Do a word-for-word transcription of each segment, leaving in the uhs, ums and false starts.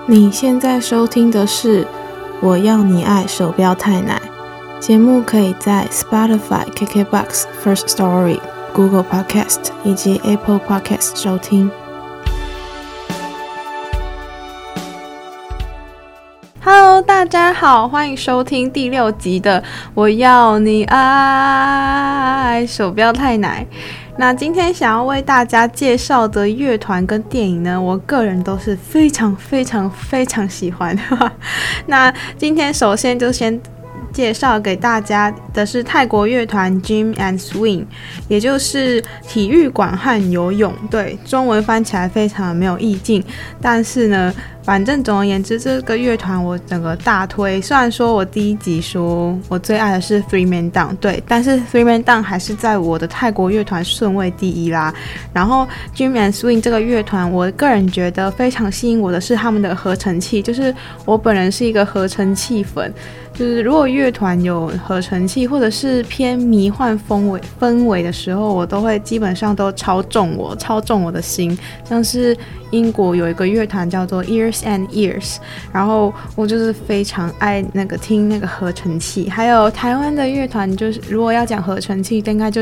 你现在收听的是我要你爱手标太奶，节目可以在 Spotify、K K B O X、First Story、Google Podcast 以及 Apple Podcast 收听。Hello， 大家好，欢迎收听第六集的我要你爱手标太奶。那今天想要为大家介绍的乐团跟电影呢，我个人都是非常非常非常喜欢那今天首先就先介绍给大家的是泰国乐团 Gym and Swing， 也就是体育馆和游泳。对，中文翻起来非常没有意境，但是呢反正总而言之，这个乐团我整个大推。虽然说我第一集说我最爱的是 Three Man Down， 对，但是 Three Man Down 还是在我的泰国乐团顺位第一啦。然后 Gym and Swing 这个乐团，我个人觉得非常吸引我的是他们的合成器，就是我本人是一个合成器粉。就是如果乐团有合成器或者是偏迷幻氛围氛围的时候，我都会基本上都超中我超中我的心。像是英国有一个乐团叫做 Ears and Ears， 然后我就是非常爱那个听那个合成器。还有台湾的乐团，就是如果要讲合成器，应该就是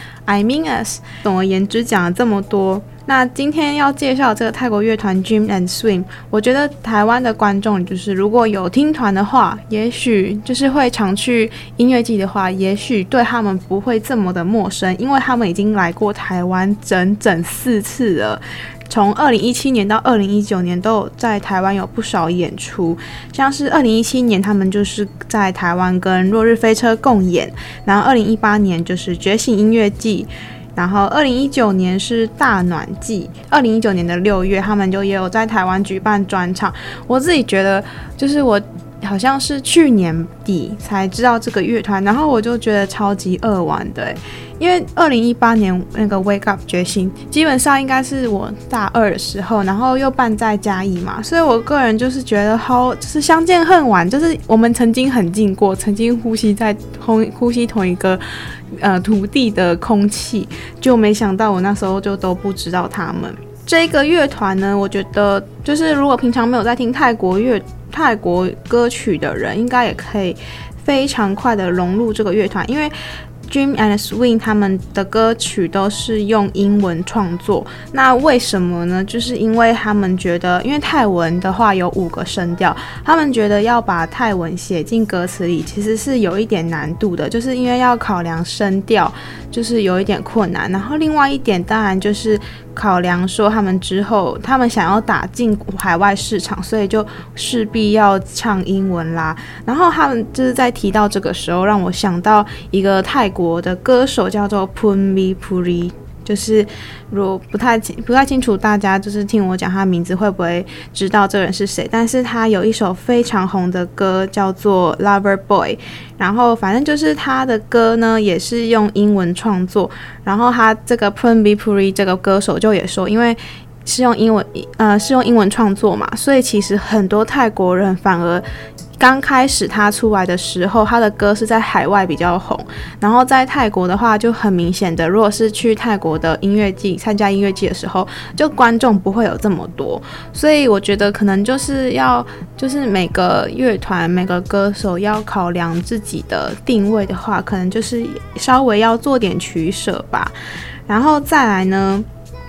I Mean Us。总而言之，讲了这么多。那今天要介绍这个泰国乐团 Gym and Swing， 我觉得台湾的观众就是如果有听团的话，也许就是会常去音乐季的话，也许对他们不会这么的陌生，因为他们已经来过台湾整整四次了。从二零一七年到二零一九年都有在台湾有不少演出，像是二零一七年他们就是在台湾跟落日飞车共演，然后二零一八年就是觉醒音乐季，然后二零一九年是大暖季，二零一九年的六月他们就也有在台湾举办专场。我自己觉得就是我好像是去年底才知道这个乐团，然后我就觉得超级扼腕的耶，因为二零一八年那个 Wake Up 觉醒基本上应该是我大二的时候，然后又办在嘉义嘛，所以我个人就是觉得好，就是相见恨晚，就是我们曾经很近过，曾经呼吸在同呼吸同一个呃土地的空气，就没想到我那时候就都不知道他们。这个乐团呢，我觉得就是如果平常没有在听泰国乐泰国歌曲的人，应该也可以非常快的融入这个乐团，因为Gym and Swing 他们的歌曲都是用英文创作。那为什么呢？就是因为他们觉得，因为泰文的话有五个声调，他们觉得要把泰文写进歌词里其实是有一点难度的，就是因为要考量声调，就是有一点困难。然后另外一点当然就是考量说他们之后他们想要打进海外市场，所以就势必要唱英文啦。然后他们就是在提到这个时候，让我想到一个泰国的歌手叫做 Punmi Puri， 就是如果不太不太清楚大家就是听我讲他名字会不会知道这个人是谁，但是他有一首非常红的歌叫做 Lover Boy， 然后反正就是他的歌呢也是用英文创作。然后他这个 Punmi Puri 这个歌手就也说，因为是用英文呃是用英文创作嘛，所以其实很多泰国人反而刚开始他出来的时候，他的歌是在海外比较红，然后在泰国的话就很明显的，如果是去泰国的音乐季参加音乐季的时候，就观众不会有这么多。所以我觉得可能就是要就是每个乐团每个歌手要考量自己的定位的话，可能就是稍微要做点取舍吧。然后再来呢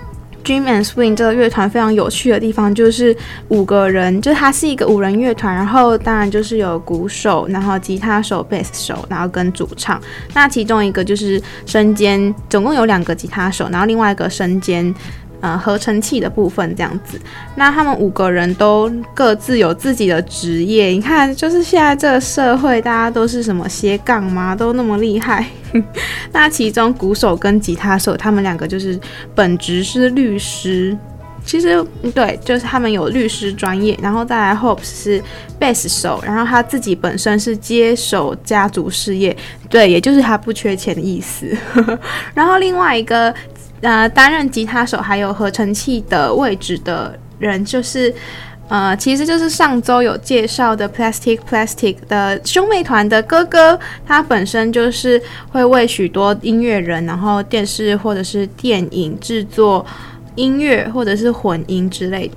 Gym and Swing 这个乐团非常有趣的地方就是五个人，就是它是一个五人乐团，然后当然就是有鼓手，然后吉他手、贝斯手，然后跟主唱。那其中一个就是身兼，总共有两个吉他手，然后另外一个身兼呃合成器的部分这样子。那他们五个人都各自有自己的职业，你看就是现在这个社会大家都是什么斜杠吗？都那么厉害那其中鼓手跟吉他手他们两个就是本职是律师，其实对，就是他们有律师专业。然后再来 Hope 是贝斯手，然后他自己本身是接手家族事业，对，也就是他不缺钱的意思然后另外一个呃担任吉他手还有合成器的位置的人就是呃，其实就是上周有介绍的 Plastic Plastic 的兄妹团的哥哥，他本身就是会为许多音乐人，然后电视或者是电影制作音乐或者是混音之类的。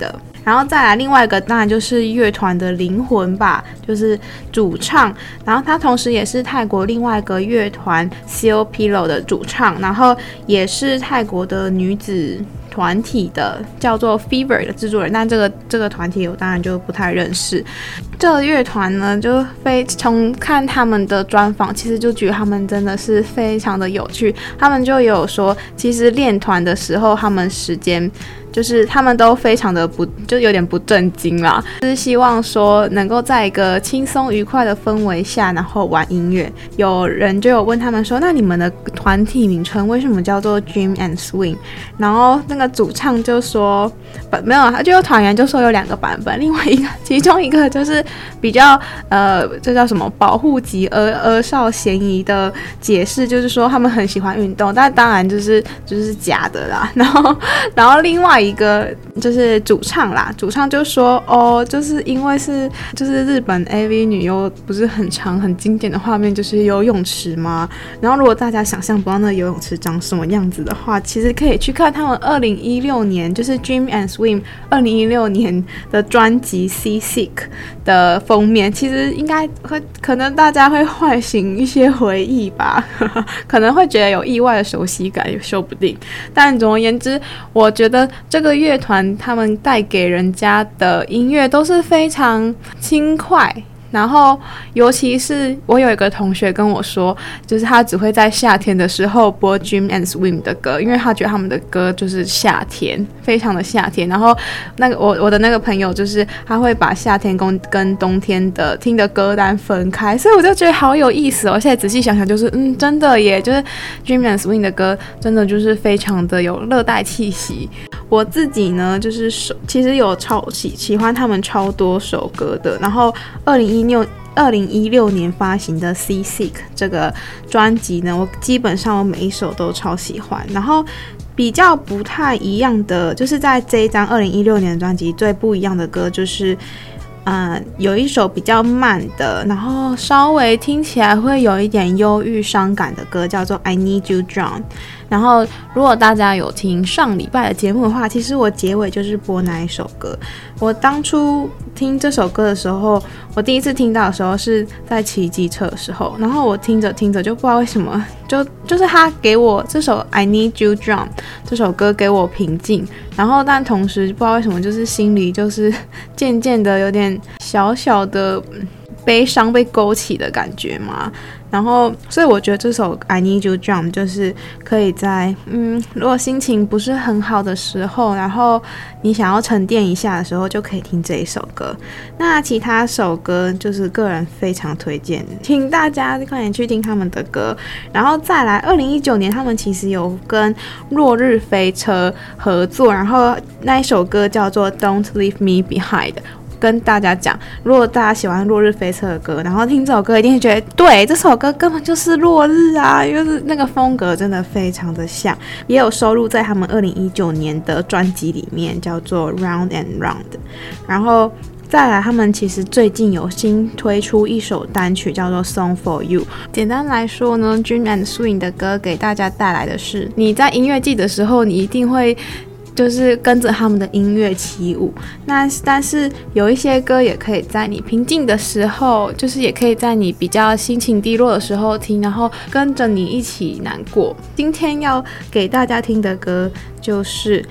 然后再来另外一个当然就是乐团的灵魂吧，就是主唱，然后他同时也是泰国另外一个乐团 Seal Pillow 的主唱，然后也是泰国的女子团体的叫做 Fever 的制作人，但这个这个团体我当然就不太认识。这个乐团呢，就非从看他们的专访，其实就觉得他们真的是非常的有趣。他们就有说，其实练团的时候，他们时间就是他们都非常的不，就有点不正经啦，就是希望说能够在一个轻松愉快的氛围下，然后玩音乐。有人就有问他们说，那你们的团体名称为什么叫做 Dream and Swing？ 然后那个主唱就说，没有，就有团员就说有两个版本，另外一个其中一个就是比较呃，这叫什么保护级儿儿少嫌疑的解释，就是说他们很喜欢运动，但当然就是就是假的啦。然后然后另外一个就是主唱啦，主唱就说哦，就是因为是就是日本 A V 女优不是很长很经典的画面，就是游泳池吗？然后如果大家想象不到那个游泳池长什么样子的话，其实可以去看他们二零一六年就是 Dream and Swim 二零一六年的专辑 Seasick 的封面，其实应该会可能大家会唤醒一些回忆吧，可能会觉得有意外的熟悉感也说不定。但总而言之，我觉得这个乐团他们带给人家的音乐都是非常轻快，然后尤其是我有一个同学跟我说，就是他只会在夏天的时候播 Dream and Swim 的歌，因为他觉得他们的歌就是夏天，非常的夏天。然后那个我我的那个朋友就是他会把夏天跟跟冬天的听的歌单分开，所以我就觉得好有意思哦。现在仔细想想，就是嗯，真的耶，就是 Dream and Swim 的歌真的就是非常的有热带气息。我自己呢，就是其实有超喜喜欢他们超多首歌的，然后二零一六二零一六年发行的 Seasick 这个专辑呢，我基本上我每一首都超喜欢。然后比较不太一样的，就是在这一张二零一六年的专辑最不一样的歌就是。呃，有一首比较慢的，然后稍微听起来会有一点忧郁伤感的歌，叫做 I Need You Drown。然后如果大家有听上礼拜的节目的话，其实我结尾就是播那一首歌。我当初听这首歌的时候，我第一次听到的时候是在骑机车的时候，然后我听着听着就不知道为什么，就就是他给我这首 I Need You Drown 这首歌给我平静，然后但同时不知道为什么就是心里就是渐渐的有点小小的悲伤被勾起的感觉嘛。然后所以我觉得这首 I Need You Drown 就是可以在嗯，如果心情不是很好的时候，然后你想要沉淀一下的时候就可以听这一首歌。那其他首歌就是个人非常推荐，请大家快点去听他们的歌。然后再来二零一九年他们其实有跟落日飞车合作，然后那一首歌叫做 Don't Leave Me Behind。跟大家讲，如果大家喜欢落日飞车的歌，然后听这首歌一定会觉得对，这首歌根本就是落日啊，因为那个风格真的非常的像，也有收录在他们二零一九年的专辑里面，叫做 Round and Round。 然后再来他们其实最近有新推出一首单曲叫做 Song for You。 简单来说呢， Dream and Swing 的歌给大家带来的是你在音乐季的时候你一定会就是跟着他们的音乐起舞，那但是有一些歌也可以在你平静的时候，就是也可以在你比较心情低落的时候听，然后跟着你一起难过。今天要给大家听的歌就是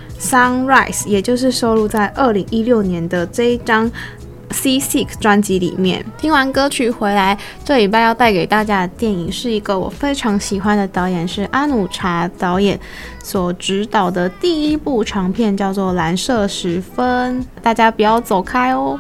Sunrise， 也就是收录在二零一六年的这一张Seasick 专辑里面。听完歌曲回来，这礼拜要带给大家的电影是一个我非常喜欢的导演，是阿努查导演所执导的第一部长片，叫做《蓝色时分》。大家不要走开哦。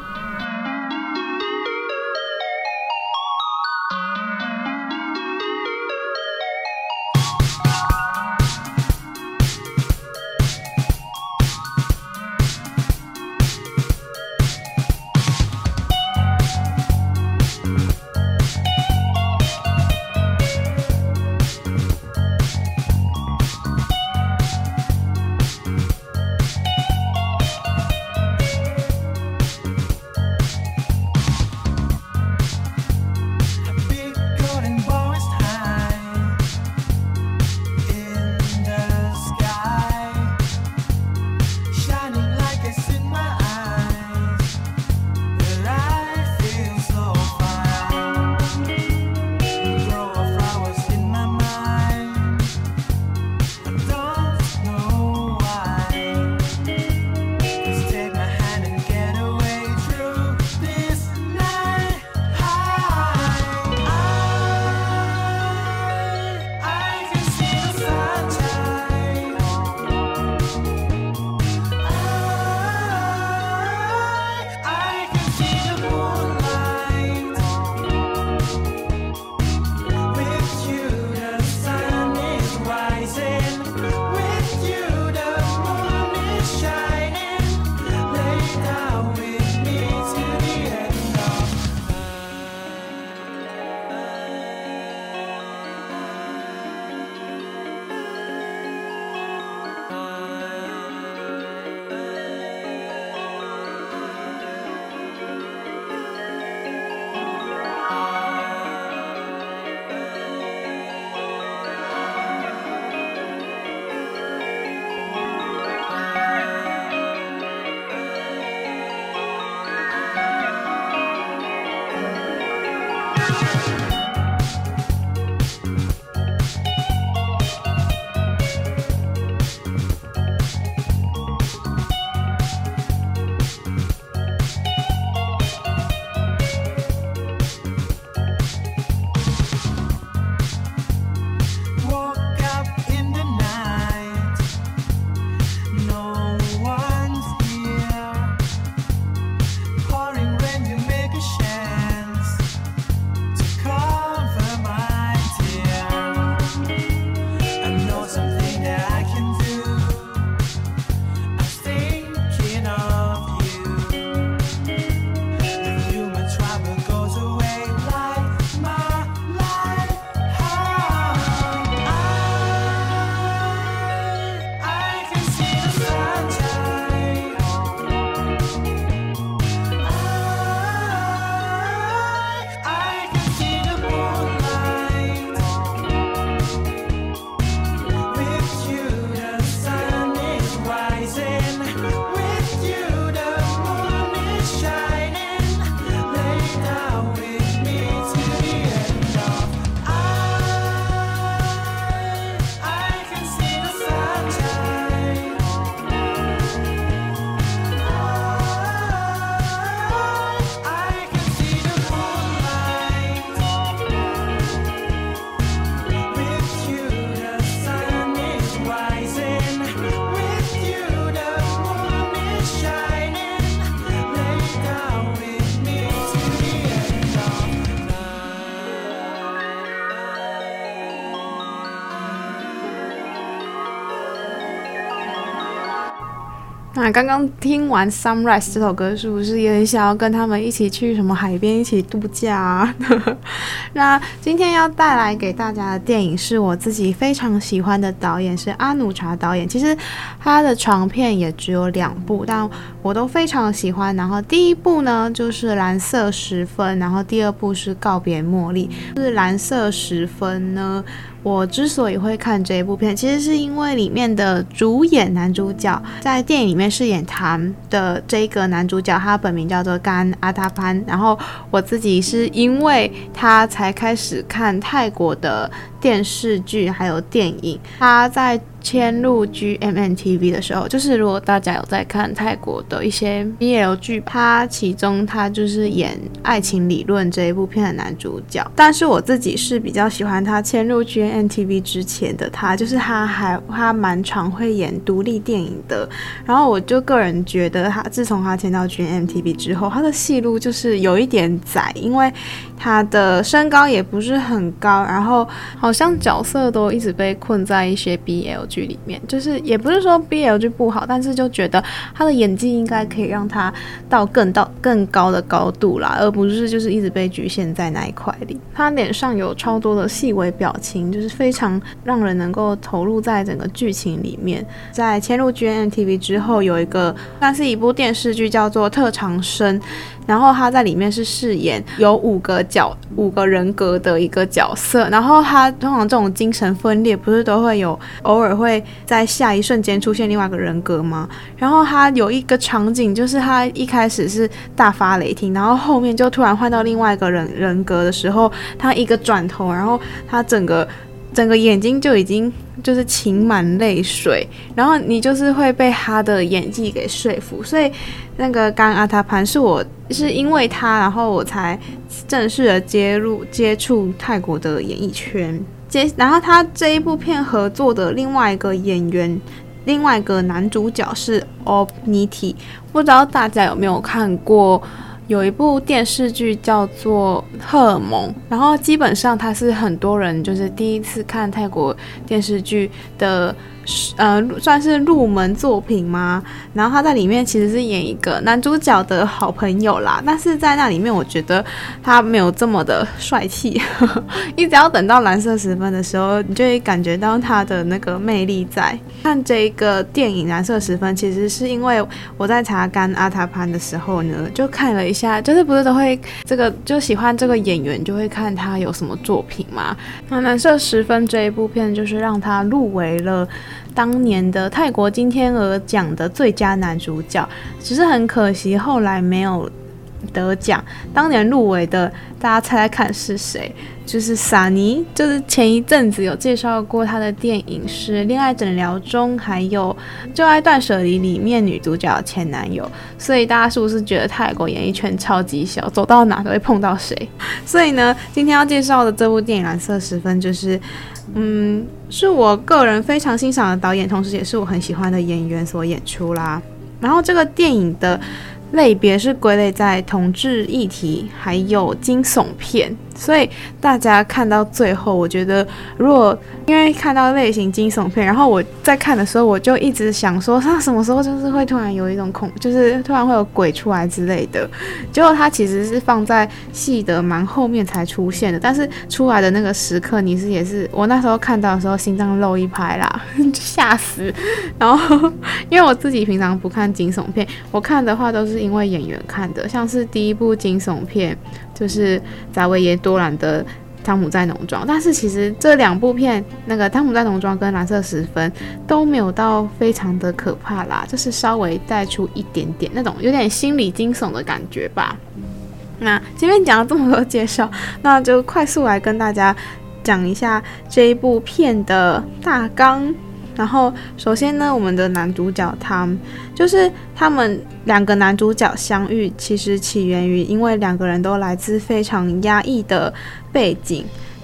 那刚刚听完 Sunrise 这首歌，是不是也很想要跟他们一起去什么海边一起度假啊？那今天要带来给大家的电影是我自己非常喜欢的导演，是阿努查导演。其实他的长片也只有两部，但我都非常喜欢。然后第一部呢就是蓝色十分，然后第二部是告别茉莉。就是蓝色十分呢，我之所以会看这一部片，其实是因为里面的主演男主角在电影里面饰演他的这个男主角，他本名叫做甘阿塔潘。然后我自己是因为他才开始看泰国的电视剧还有电影。他在迁入 G M M T V 的时候，就是如果大家有在看泰国的一些 B L 剧，他其中他就是演《爱情理论》这一部片的男主角。但是我自己是比较喜欢他迁入 G M M T V 之前的他，就是他还他蛮常会演独立电影的。然后我就个人觉得他自从他迁到 G M M T V 之后，他的戏路就是有一点窄，因为他的身高也不是很高，然后好像角色都一直被困在一些 B L 剧里面，就是也不是说 B L 剧不好，但是就觉得他的演技应该可以让他到更到更高的高度啦，而不是就是一直被局限在那一块里。他脸上有超多的细微表情，就是非常让人能够投入在整个剧情里面。在迁入 G M M T V 之后，有一个那是一部电视剧叫做《特长生》，然后他在里面是饰演有五个角五个人格的一个角色。然后他通常这种精神分裂不是都会有偶尔会在下一瞬间出现另外一个人格吗？然后他有一个场景，就是他一开始是大发雷霆，然后后面就突然换到另外一个人人格的时候，他一个转头，然后他整个整个眼睛就已经就是噙满泪水，然后你就是会被他的演技给说服。所以那个甘阿塔潘是我是因为他，然后我才正式的接入接触泰国的演艺圈。接然后他这一部片合作的另外一个演员，另外一个男主角是 Obniti， 不知道大家有没有看过？有一部电视剧叫做《荷尔蒙》，然后基本上它是很多人就是第一次看泰国电视剧的呃，算是入门作品吗？然后他在里面其实是演一个男主角的好朋友啦，但是在那里面我觉得他没有这么的帅气一直要等到蓝色十分的时候，你就会感觉到他的那个魅力在。看这个电影蓝色十分，其实是因为我在查甘阿塔潘的时候呢，就看了一下，就是不是都会这个就喜欢这个演员就会看他有什么作品嘛。那蓝色十分这一部片就是让他入围了当年的泰国金天鹅奖的最佳男主角，只是很可惜后来没有得奖。当年入围的，大家猜猜看是谁？就是萨尼，就是前一阵子有介绍过他的电影是《恋爱诊疗中》，还有《就爱断舍离》里面女主角的前男友。所以大家是不是觉得泰国演艺圈超级小，走到哪都会碰到谁？所以呢，今天要介绍的这部电影《蓝色十分》就是嗯，是我个人非常欣赏的导演，同时也是我很喜欢的演员所演出啦。然后这个电影的类别是归类在同志议题还有惊悚片，所以大家看到最后，我觉得如果因为看到类型惊悚片，然后我在看的时候我就一直想说他什么时候就是会突然有一种恐，就是突然会有鬼出来之类的。结果他其实是放在戏的蛮后面才出现的，但是出来的那个时刻你是也是我那时候看到的时候心脏漏一拍啦吓死。然后因为我自己平常不看惊悚片，我看的话都是因为演员看的，像是第一部惊悚片就是扎维耶多兰的汤姆在农庄，但是其实这两部片那个汤姆在农庄跟蓝色十分都没有到非常的可怕啦，就是稍微带出一点点那种有点心理惊悚的感觉吧。那前面讲了这么多介绍，那就快速来跟大家讲一下这一部片的大纲。然后首先呢，我们的男主角汤，就是他们两个男主角相遇其实起源于因为两个人都来自非常压抑的背景，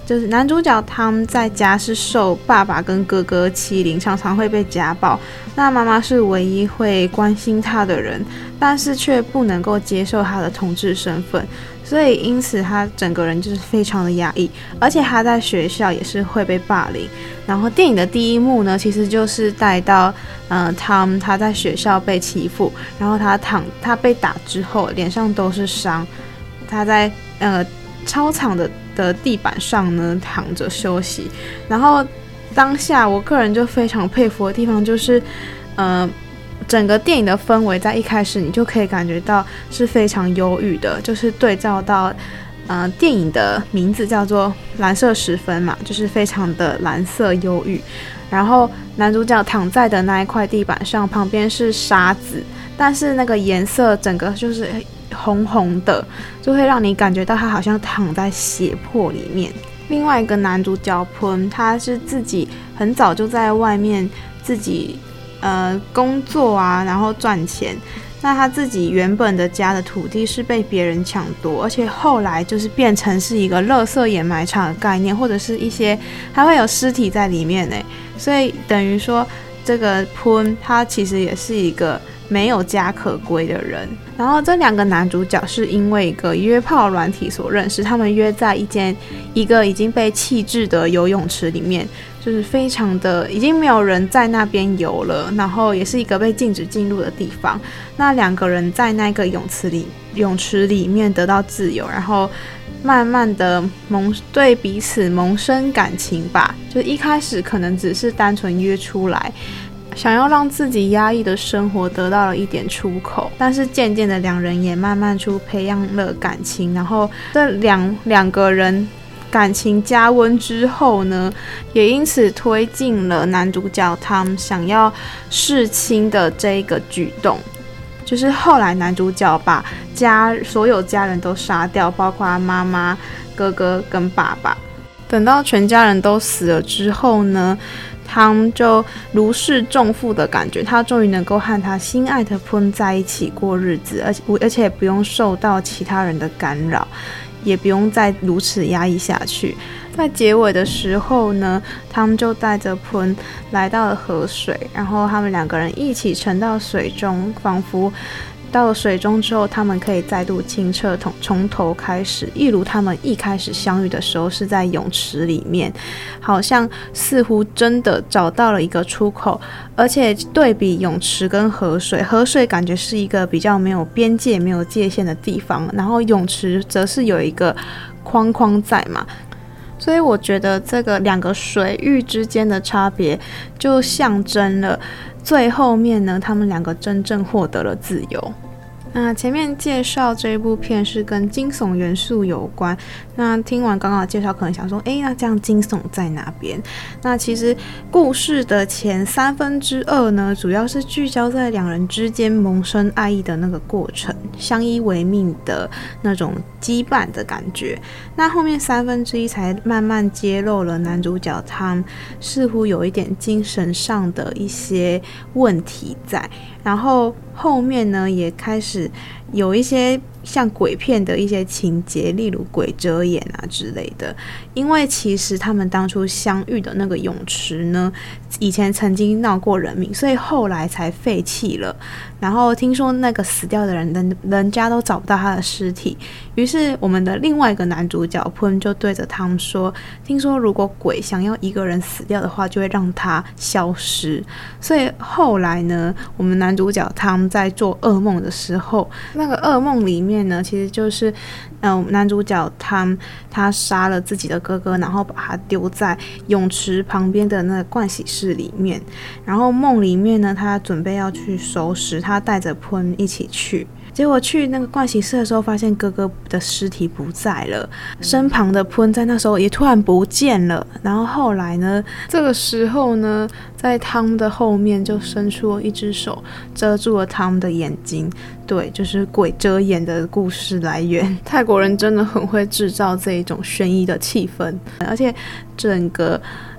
就是男主角他们在家是受爸爸跟哥哥欺凌，常常会被家暴。那妈妈是唯一会关心他的人，但是却不能够接受他的同志身份，所以因此他整个人就是非常的压抑，而且他在学校也是会被霸凌。然后电影的第一幕呢，其实就是带到，呃，Tom他在学校被欺负，然后他躺他被打之后脸上都是伤，他在呃操场的的地板上呢躺着休息。然后当下我个人就非常佩服的地方就是，呃。整个电影的氛围在一开始你就可以感觉到是非常忧郁的，就是对照到呃电影的名字叫做蓝色时分嘛，就是非常的蓝色忧郁。然后男主角躺在的那一块地板上，旁边是沙子，但是那个颜色整个就是红红的，就会让你感觉到他好像躺在血泊里面。另外一个男主角Pun，他是自己很早就在外面自己呃，工作啊，然后赚钱。那他自己原本的家的土地是被别人抢夺，而且后来就是变成是一个垃圾掩埋场的概念，或者是一些还会有尸体在里面呢。所以等于说，这个 Pun 他其实也是一个没有家可归的人。然后这两个男主角是因为一个约炮软体所认识，他们约在一间一个已经被弃置的游泳池里面，就是非常的已经没有人在那边游了，然后也是一个被禁止进入的地方。那两个人在那个泳池里泳池里面得到自由，然后慢慢的萌对彼此萌生感情吧。就一开始可能只是单纯约出来，想要让自己压抑的生活得到了一点出口，但是渐渐的两人也慢慢出培养了感情。然后这两两个人感情加温之后呢，也因此推进了男主角他们想要弑亲的这个举动。就是后来男主角把家所有家人都杀掉，包括妈妈、哥哥跟爸爸。等到全家人都死了之后呢，他们就如释重负的感觉，他终于能够和他心爱的 Pun 在一起过日子，而且而且不用受到其他人的干扰，也不用再如此压抑下去。在结尾的时候呢，他们就带着 Pun 来到了河水，然后他们两个人一起沉到水中，仿佛到了水中之后，他们可以再度清澈，从头开始，一如他们一开始相遇的时候是在泳池里面，好像似乎真的找到了一个出口。而且对比泳池跟河水，河水感觉是一个比较没有边界、没有界限的地方，然后泳池则是有一个框框在嘛。所以我觉得这个两个水域之间的差别，就象征了最后面呢，他们两个真正获得了自由。那前面介绍这一部片是跟惊悚元素有关，那听完刚刚的介绍可能想说，诶，那这样惊悚在哪边？那其实故事的前三分之二呢，主要是聚焦在两人之间萌生爱意的那个过程，相依为命的那种羁绊的感觉。那后面三分之一才慢慢揭露了男主角他似乎有一点精神上的一些问题在，然后后面呢也开始有一些像鬼片的一些情节，例如鬼遮眼啊之类的。因为其实他们当初相遇的那个泳池呢，以前曾经闹过人命，所以后来才废弃了。然后听说那个死掉的人，人人家都找不到他的尸体，于是我们的另外一个男主角 Pun 就对着他们说，听说如果鬼想要一个人死掉的话，就会让他消失。所以后来呢，我们男主角他们在做噩梦的时候，那个噩梦里面呢，其实就是呃，男主角他他杀了自己的哥哥，然后把他丢在泳池旁边的那个盥洗室里面。然后梦里面呢，他准备要去收拾，他带着 Pun 一起去。结果去那个盥洗室的时候，发现哥哥的尸体不在了，身旁的 Pun 在那时候也突然不见了。然后后来呢，这个时候呢，在他们的后面就伸出了一只手，遮住了他们的眼睛。对，就是鬼遮眼的故事来源。泰国人真的很会制造这一种悬疑的气氛，而且整个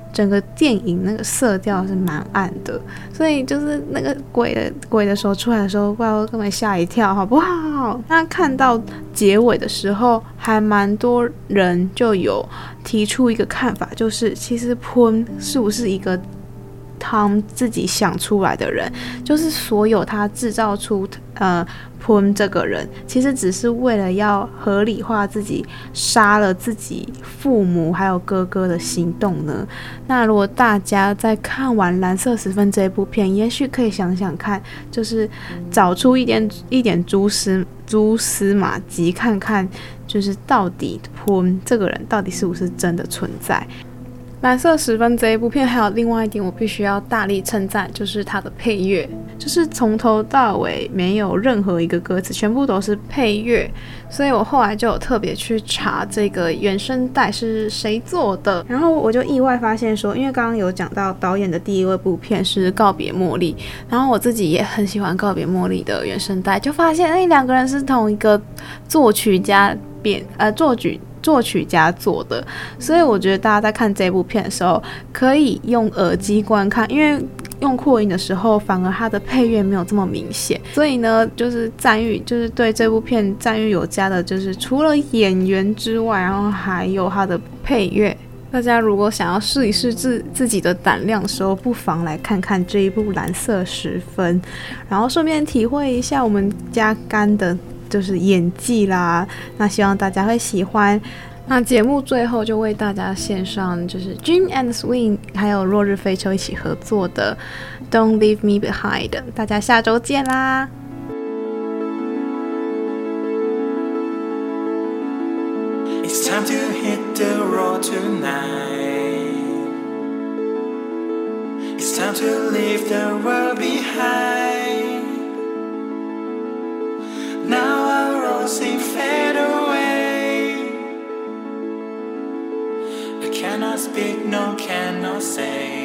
整个电影那个色调是蛮暗的，所以就是那个鬼的鬼的手出来的时候，怪我根本吓一跳，好不好？那看到结尾的时候，还蛮多人就有提出一个看法，就是其实喷是不是一个Tom 自己想出来的人，就是所有他制造出呃 Poon 这个人，其实只是为了要合理化自己杀了自己父母还有哥哥的行动呢。那如果大家在看完《蓝色时分》这一部片，也许可以想想看，就是找出一点一点蛛丝蛛丝马迹，看看就是到底 Poon 这个人到底是不是真的存在。蓝色时分这一部片还有另外一点我必须要大力称赞，就是它的配乐，就是从头到尾没有任何一个歌词，全部都是配乐，所以我后来就有特别去查这个原声带是谁做的，然后我就意外发现说，因为刚刚有讲到导演的第一部片是告别茉莉，然后我自己也很喜欢告别茉莉的原声带，就发现哎，两个人是同一个作曲家编呃作曲作曲家做的，所以我觉得大家在看这部片的时候可以用耳机观看，因为用扩音的时候反而它的配乐没有这么明显，所以呢就是赞誉，就是对这部片赞誉有加的，就是除了演员之外，然后还有它的配乐。大家如果想要试一试自自己的胆量的时候，不妨来看看这一部《蓝色时分》，然后顺便体会一下我们家干的就是演技啦，那希望大家会喜欢。那节目最后就为大家献上就是 Jim and Swing 还有落日飞车一起合作的 Don't Leave Me Behind， 大家下周见啦。 It's time to hit the road tonight. It's time to leave the world behind. Now our roads seem fade away. I cannot speak, no cannot say.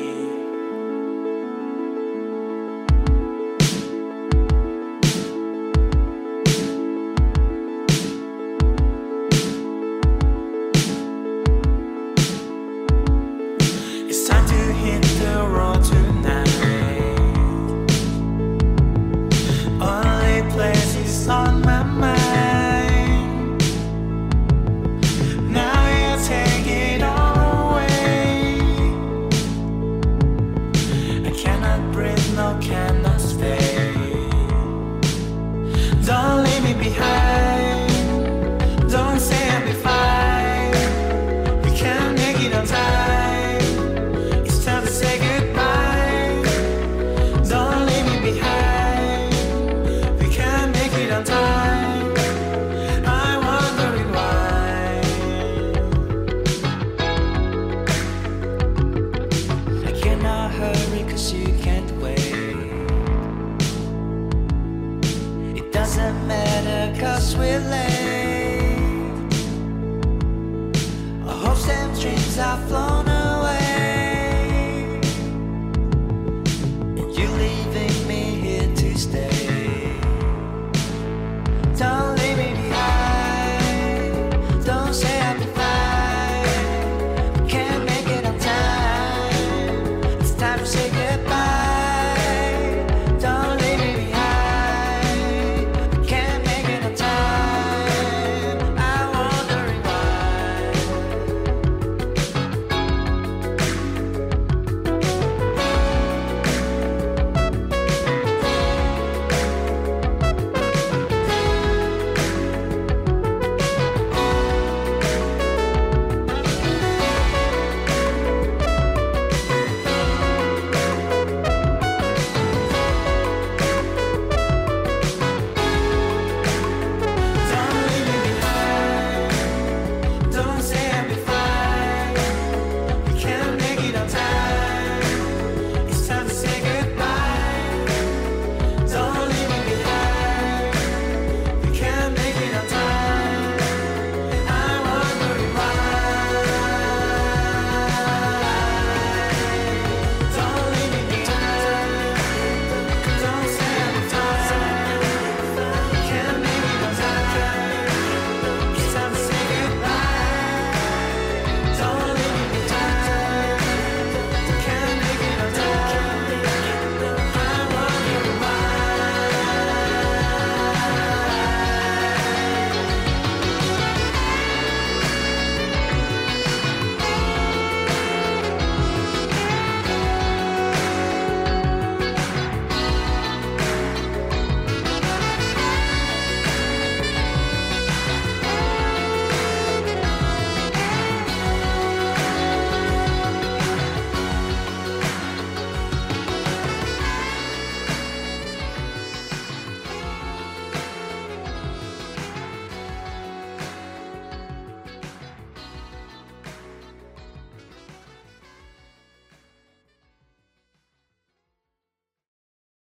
It's time to hit the road tonight. Only places on my mind. Now you take it all away. I cannot breathe, no cannot stay. Don't leave me behind. Don't say I'll be fine. We can't make it on time. It's time to say goodbye. Don't leave me behind. We can't make it on time. I'm wondering why. I cannot hurry cause you can't wait. It doesn't matter cause we're late.